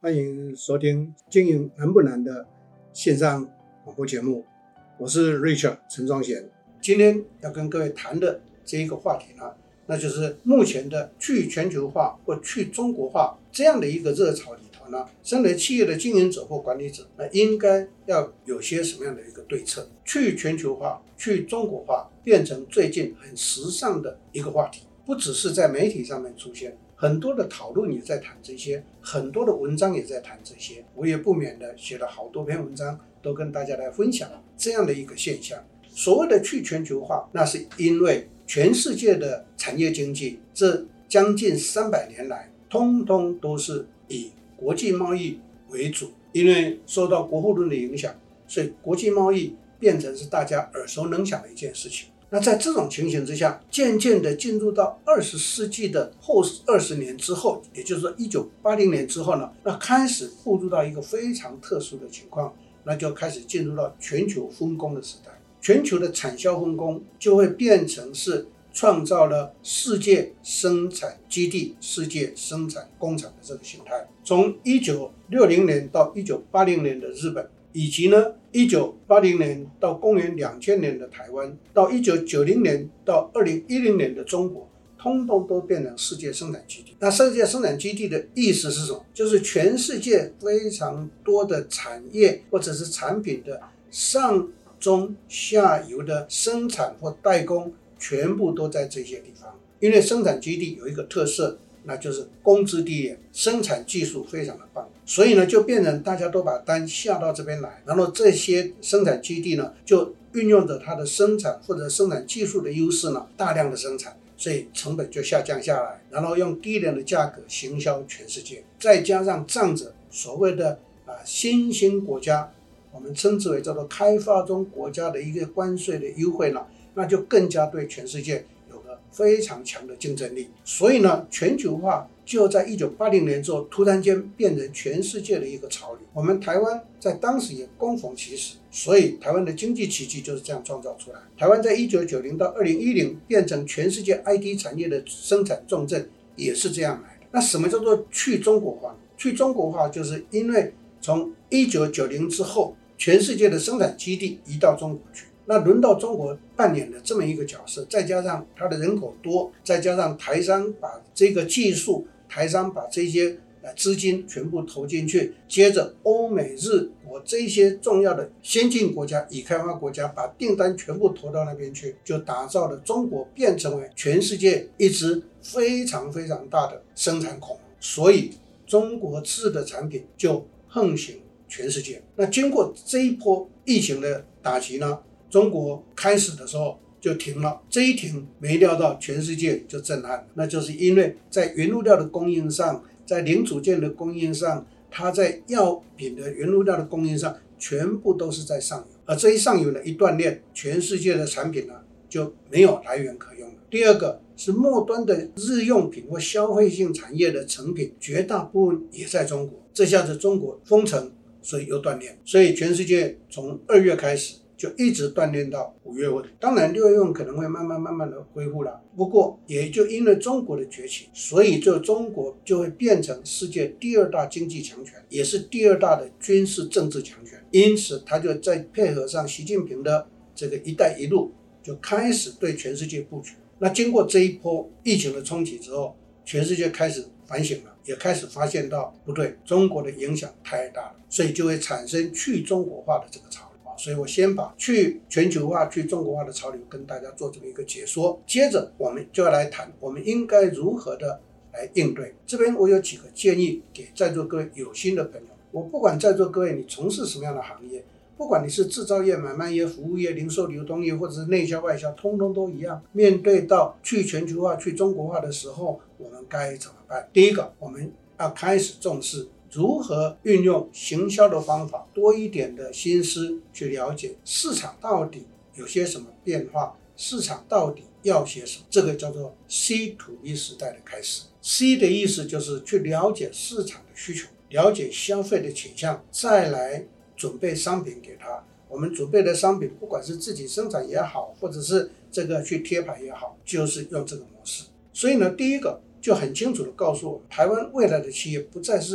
欢迎收听经营难不难的线上广播节目，我是 Richard 陈庄贤。今天要跟各位谈的这一个话题呢，那就是目前的去全球化或去中国化这样的一个热潮里头呢，身为企业的经营者或管理者，那应该要有些什么样的一个对策？去全球化、去中国化变成最近很时尚的一个话题，不只是在媒体上面出现，很多的讨论也在谈这些，很多的文章也在谈这些，我也不免的写了好多篇文章，都跟大家来分享这样的一个现象。所谓的去全球化，那是因为全世界的产业经济这将近300年来，通通都是以国际贸易为主，因为受到国富论的影响，所以国际贸易变成是大家耳熟能详的一件事情。那在这种情形之下，渐渐的进入到20世纪的后20年之后，也就是说1980年之后呢，那开始步入到一个非常特殊的情况，那就开始进入到全球分工的时代。全球的产销分工就会变成是创造了世界生产基地、世界生产工厂的这个形态。从1960年到1980年的日本，以及呢1980年到公元2000年的台湾，到1990年到2010年的中国，通通都变成世界生产基地。那世界生产基地的意思是什么？就是全世界非常多的产业或者是产品的上中下游的生产或代工全部都在这些地方。因为生产基地有一个特色，那就是工资低廉，生产技术非常的棒，所以呢就变成大家都把单下到这边来，然后这些生产基地呢就运用着它的生产或者生产技术的优势呢，大量的生产，所以成本就下降下来，然后用低廉的价格行销全世界，再加上仗着所谓的新兴国家，我们称之为叫做开发中国家的一个关税的优惠呢，那就更加对全世界有了非常强的竞争力。所以呢，全球化就在1980年之后突然间变成全世界的一个潮流。我们台湾在当时也恭逢其时，所以台湾的经济奇迹就是这样创造出来。台湾在1990到2010变成全世界 IT 产业的生产重镇，也是这样来的。那什么叫做去中国化？去中国化就是因为从1990之后，全世界的生产基地移到中国去，那轮到中国扮演的这么一个角色，再加上它的人口多，再加上台商把这个技术，台商把这些资金全部投进去，接着欧美日国这些重要的先进国家、已开发国家把订单全部投到那边去，就打造了中国变成为全世界一只非常非常大的生产恐龙，所以中国制的产品就横行全世界。那经过这一波疫情的打击呢，中国开始的时候就停了，这一停没料到全世界就震撼了，那就是因为在原物料的供应上，在零组件的供应上，它在药品的原物料的供应上全部都是在上游，而这一上游呢一断裂，全世界的产品呢就没有来源可用了。第二个是末端的日用品或消费性产业的成品，绝大部分也在中国，这下子中国封城，所以又断裂，所以全世界从2月开始就一直断裂到5月份，当然6月份可能会慢慢的恢复了，不过也就因为中国的崛起，所以就中国就会变成世界第2大经济强权，也是第2大的军事政治强权，因此他就再配合上习近平的这个一带一路，就开始对全世界布局。那经过这一波疫情的冲击之后，全世界开始反省了，也开始发现到不对，中国的影响太大了，所以就会产生去中国化的这个潮流。所以我先把去全球化、去中国化的潮流跟大家做这么一个解说，接着我们就要来谈我们应该如何的来应对。这边我有几个建议给在座各位有心的朋友，我不管在座各位你从事什么样的行业，不管你是制造业、买卖业、服务业、零售流通业，或者是内销外销，通通都一样。面对到去全球化、去中国化的时候，我们该怎么办？第一个，我们要开始重视如何运用行销的方法，多一点的心思去了解市场到底有些什么变化，市场到底要些什么。这个叫做 C to B 时代的开始。C 的意思就是去了解市场的需求，了解消费的倾向，再来准备商品给他。我们准备的商品不管是自己生产也好，或者是这个去贴牌也好，就是用这个模式。所以呢，第一个就很清楚的告诉我们，台湾未来的企业不再是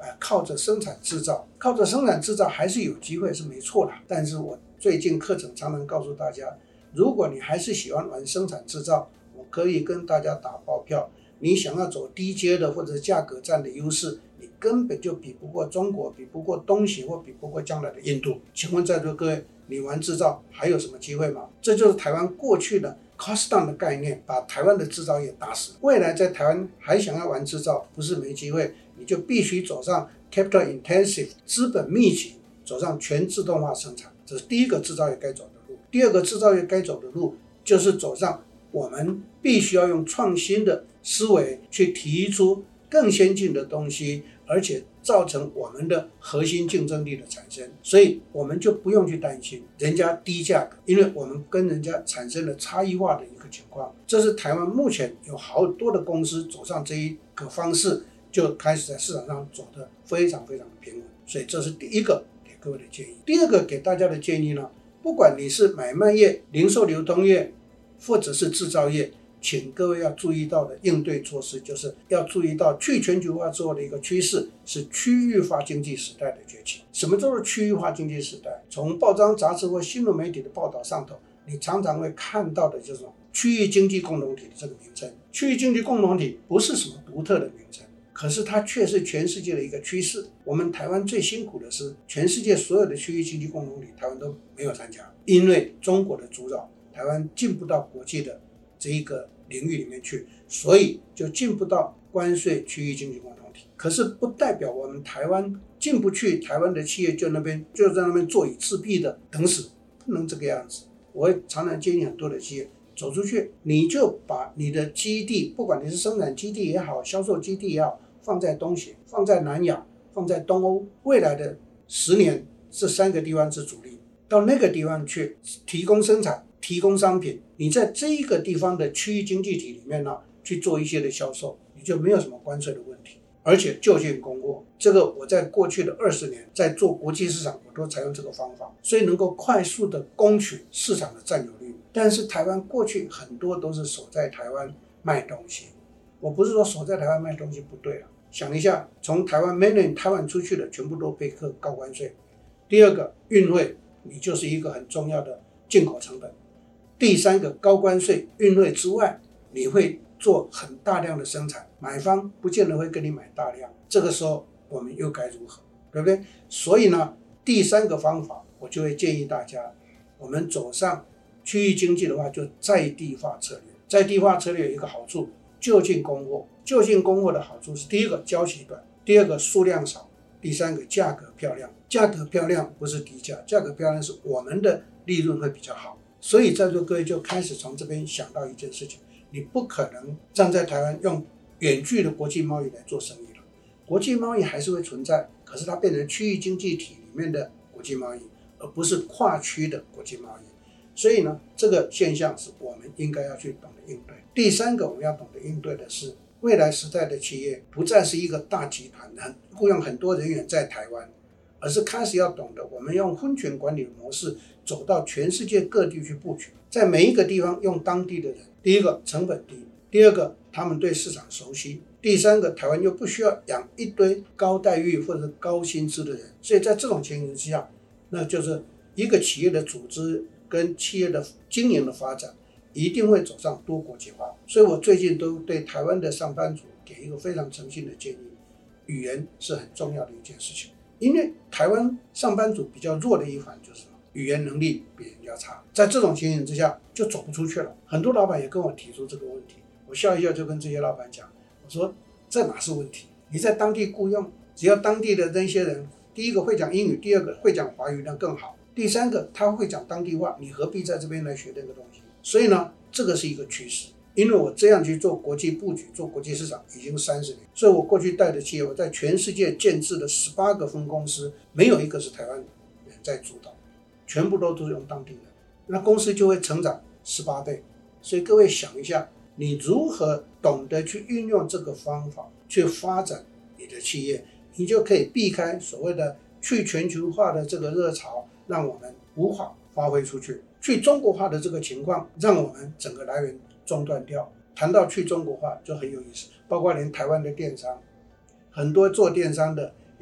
靠着生产制造，还是有机会，是没错的。但是我最近课程常常告诉大家，如果你还是喜欢玩生产制造，我可以跟大家打包票，你想要走低阶的或者价格战的优势，你根本就比不过中国，比不过东协，或比不过将来的印度。请问在座各位，你玩制造还有什么机会吗？这就是台湾过去的 cost down 的概念，把台湾的制造业打死。未来在台湾还想要玩制造，不是没机会，你就必须走上 capital intensive 资本密集，走上全自动化生产，这是第一个制造业该走的路。第二个制造业该走的路，就是走上我们必须要用创新的思维去提出更先进的东西，而且造成我们的核心竞争力的产生。所以我们就不用去担心人家低价格，因为我们跟人家产生了差异化的一个情况。这是台湾目前有好多的公司走上这一个方式，就开始在市场上走得非常非常的平稳。所以这是第一个给各位的建议。第二个给大家的建议呢，不管你是买卖业、零售流通业或者是制造业，请各位要注意到的应对措施，就是要注意到去全球化之后的一个趋势，是区域化经济时代的崛起。什么叫做区域化经济时代？从报章杂志或新闻媒体的报道上头，你常常会看到的就是区域经济共同体的这个名称。区域经济共同体不是什么独特的名称，可是它却是全世界的一个趋势。我们台湾最辛苦的是，全世界所有的区域经济共同体，台湾都没有参加，因为中国的阻扰，台湾进不到国际的这一个领域里面去，所以就进不到关税区域经济共同体。可是不代表我们台湾进不去，台湾的企业就在那边坐以自毙的等死，不能这个样子。我会常常建议很多的企业走出去，你就把你的基地，不管你是生产基地也好，销售基地也好，放在东协，放在南亚，放在东欧。未来的10年，这3个地方是主力，到那个地方去提供生产，提供商品，你在这一个地方的区域经济体里面呢，去做一些的销售，你就没有什么关税的问题，而且就近供货。这个我在过去的20年在做国际市场，我都采用这个方法，所以能够快速的攻取市场的占有率。但是台湾过去很多都是守在台湾卖东西，我不是说守在台湾卖东西不对了，想一下，从台湾 mainland 台湾出去的全部都被课高关税。第二个，运费你就是一个很重要的进口成本。第三个，高关税运费之外，你会做很大量的生产，买方不见得会跟你买大量，这个时候我们又该如何，对不对？所以呢，第三个方法我就会建议大家，我们走上区域经济的话，就在地化策略。在地化策略有一个好处，就近供货。就近供货的好处是，第一个交期短，第二个数量少，第三个价格漂亮。价格漂亮不是低价，价格漂亮是我们的利润会比较好。所以在座各位就开始从这边想到一件事情，你不可能站在台湾用远距的国际贸易来做生意了。国际贸易还是会存在，可是它变成区域经济体里面的国际贸易，而不是跨区的国际贸易。所以呢，这个现象是我们应该要去懂得应对。第三个我们要懂得应对的是，未来时代的企业不再是一个大集团雇用很多人员在台湾，而是开始要懂得我们用分权管理的模式走到全世界各地去布局，在每一个地方用当地的人，第一个成本低，第二个他们对市场熟悉，第三个台湾又不需要养一堆高待遇或者高薪资的人。所以在这种情形之下，那就是一个企业的组织跟企业的经营的发展一定会走上多国际化。所以我最近都对台湾的上班族给一个非常诚信的建议，语言是很重要的一件事情。因为台湾上班族比较弱的一环就是语言能力比人家差，在这种情形之下就走不出去了。很多老板也跟我提出这个问题，我笑一笑就跟这些老板讲，我说这哪是问题？你在当地雇佣，只要当地的那些人，第一个会讲英语，第二个会讲华语，那更好。第三个他会讲当地话，你何必在这边来学那个东西？所以呢，这个是一个趋势。因为我这样去做国际布局，做国际市场已经30年，所以我过去带的企业，我在全世界建制的18个分公司，没有一个是台湾人在主导，全部都是用当地人，那公司就会成长18倍。所以各位想一下，你如何懂得去运用这个方法去发展你的企业，你就可以避开所谓的去全球化的这个热潮，让我们无法发挥出去；去中国化的这个情况，让我们整个来源中断掉。谈到去中国化就很有意思，包括连台湾的电商，很多做电商的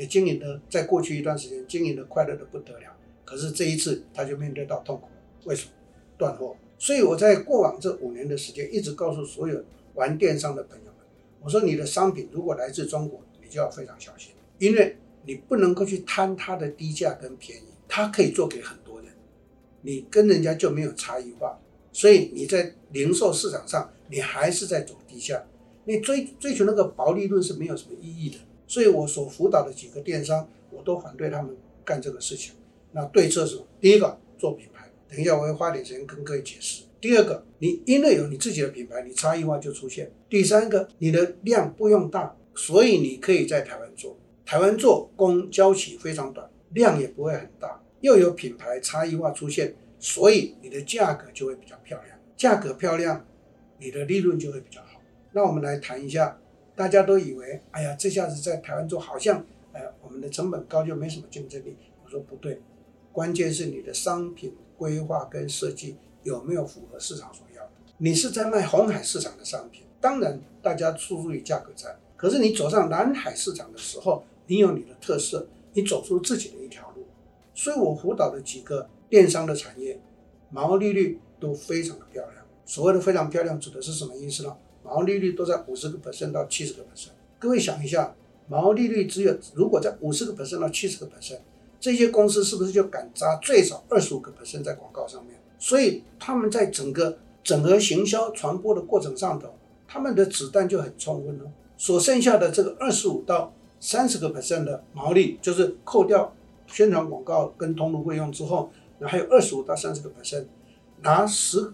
也经营的在过去一段时间经营的快乐的不得了，可是这一次他就面对到痛苦，为什么？断货。所以我在过往这5年的时间一直告诉所有玩电商的朋友们，我说你的商品如果来自中国，你就要非常小心，因为你不能够去贪它的低价跟便宜，它可以做给很多人，你跟人家就没有差异化，所以你在零售市场上你还是在走低价，你追求那个薄利润是没有什么意义的。所以我所辅导的几个电商，我都反对他们干这个事情。那对策是什么？第一个，做品牌，等一下我会花点时间跟各位解释。第二个，你因为有你自己的品牌，你差异化就出现。第三个，你的量不用大，所以你可以在台湾做。台湾做工交期非常短，量也不会很大，又有品牌差异化出现，所以你的价格就会比较漂亮。价格漂亮，你的利润就会比较好。那我们来谈一下，大家都以为，哎呀，这下子在台湾做好像，我们的成本高就没什么竞争力。我说不对，关键是你的商品规划跟设计有没有符合市场所要的。你是在卖红海市场的商品，当然大家注入于价格战，可是你走上蓝海市场的时候，你有你的特色，你走出自己的一条路。所以我辅导的几个电商的产业，毛利率都非常的漂亮。所谓的非常漂亮指的是什么意思呢？毛利率都在50% 到70%。各位想一下，毛利率如果在50% 到70%，这些公司是不是就敢砸最少25% 在广告上面？所以他们在整个整合行销传播的过程上头，他们的子弹就很充分了。所剩下的这个25%到30% 的毛利，就是扣掉宣传广告跟通路费用之后，还有25%到30%，拿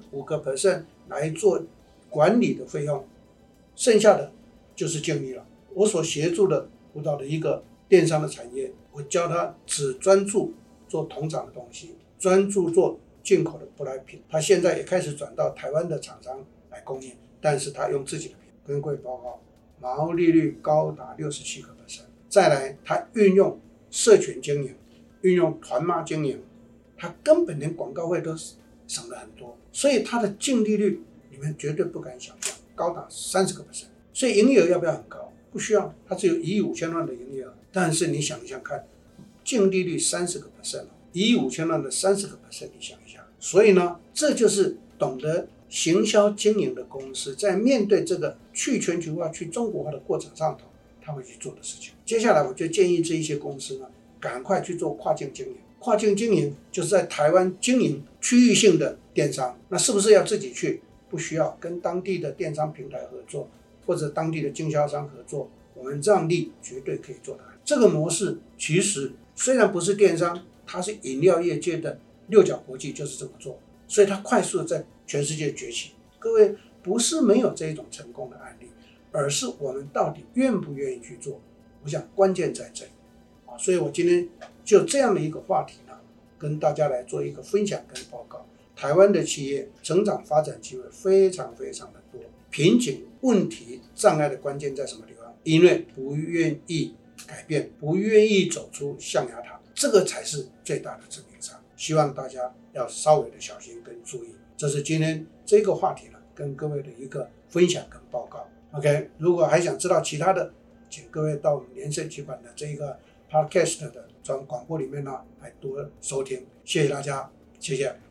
15% 来做管理的费用，剩下的就是净利了。我所协助的辅导的一个电商的产业，我教他只专注做同厂的东西，专注做进口的舶来品。他现在也开始转到台湾的厂商来供应，但是他用自己的品。跟各位报告，毛利率高达67%。再来，他运用社群经营，运用团妈经营，他根本连广告费都省了很多，所以他的净利率你们绝对不敢想象，高达30%。所以营业额要不要很高？不需要，它只有1亿5千万的营业额，但是你想一想看，净利率30%，1亿5千万的30%，你想一下。所以呢，这就是懂得行销经营的公司在面对这个去全球化、去中国化的过程上头，他会去做的事情。接下来我就建议这一些公司呢，赶快去做跨境经营。跨境经营就是在台湾经营区域性的电商，那是不是要自己去？不需要，跟当地的电商平台合作，或者当地的经销商合作，我们让利绝对可以做得来。这个模式其实虽然不是电商，它是饮料业界的六角国际就是这么做，所以它快速的在全世界崛起。各位，不是没有这一种成功的案例，而是我们到底愿不愿意去做。我想关键在这里所以我今天就这样的一个话题呢，跟大家来做一个分享跟报告。台湾的企业成长发展机会非常非常的多，瓶颈、问题、障碍的关键在什么地方？因为不愿意改变，不愿意走出象牙塔，这个才是最大的致命伤。希望大家要稍微的小心跟注意。这是今天这个话题呢，跟各位的一个分享跟报告。OK， 如果还想知道其他的，请各位到我们联盛集团的这个 Podcast 的广播里面呢，来多收听。谢谢大家，谢谢。